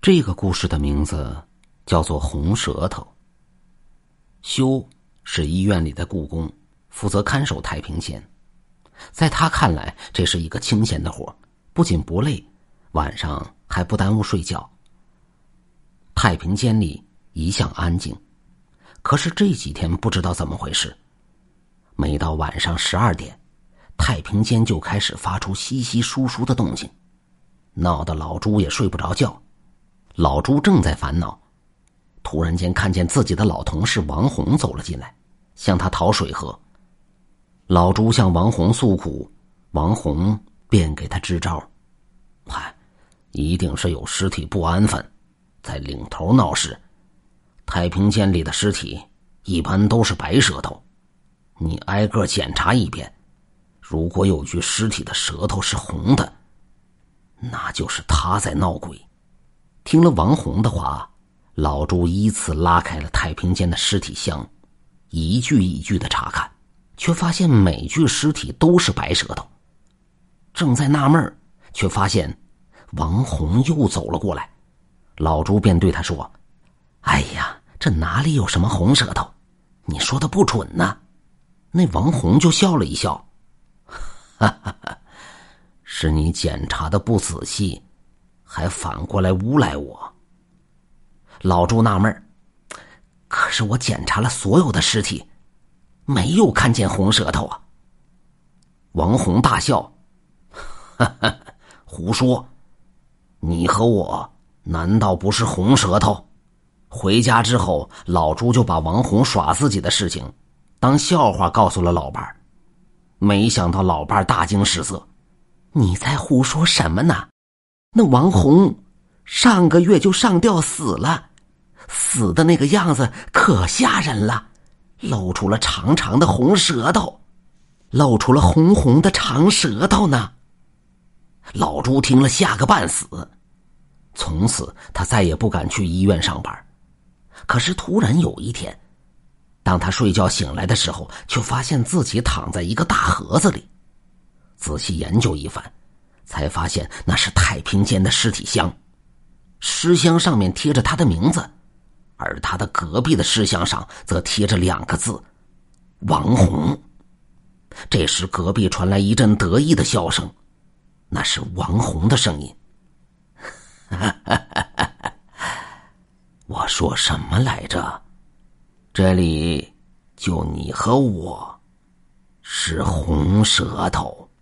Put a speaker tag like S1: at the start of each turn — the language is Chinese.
S1: 这个故事的名字叫做红舌头。修是医院里的雇工，负责看守太平间。在他看来，这是一个清闲的活，不仅不累，晚上还不耽误睡觉。太平间里一向安静，可是这几天不知道怎么回事，每到晚上12点，太平间就开始发出稀稀疏疏的动静，闹得老朱也睡不着觉。老朱正在烦恼，突然间看见自己的老同事王红走了进来，向他讨水喝。老朱向王红诉苦，王红便给他支招。一定是有尸体不安分，在领头闹事。太平间里的尸体一般都是白舌头，你挨个检查一遍，如果有具尸体的舌头是红的，那就是他在闹鬼。听了王红的话，老朱依次拉开了太平间的尸体箱，一具一具的查看，却发现每具尸体都是白舌头。正在纳闷，却发现王红又走了过来。老朱便对他说：哎呀，这哪里有什么红舌头，你说的不准呢。那王红就笑了一笑，哈哈哈，是你检查的不仔细，还反过来诬赖我。老朱纳闷，可是我检查了所有的尸体，没有看见红舌头啊。王红大笑，哈哈，胡说，你和我难道不是红舌头？回家之后，老朱就把王红耍自己的事情当笑话告诉了老伴儿。没想到老伴儿大惊失色，你在胡说什么呢？那王红上个月就上吊死了，死的那个样子可吓人了，露出了长长的红舌头，露出了红红的长舌头呢。老朱听了吓个半死，从此他再也不敢去医院上班。可是突然有一天，当他睡觉醒来的时候，却发现自己躺在一个大盒子里。仔细研究一番，才发现那是太平间的尸体箱，尸箱上面贴着他的名字，而他的隔壁的尸箱上则贴着2个字：王红。这时隔壁传来一阵得意的笑声，那是王红的声音。我说什么来着？这里就你和我是红舌头。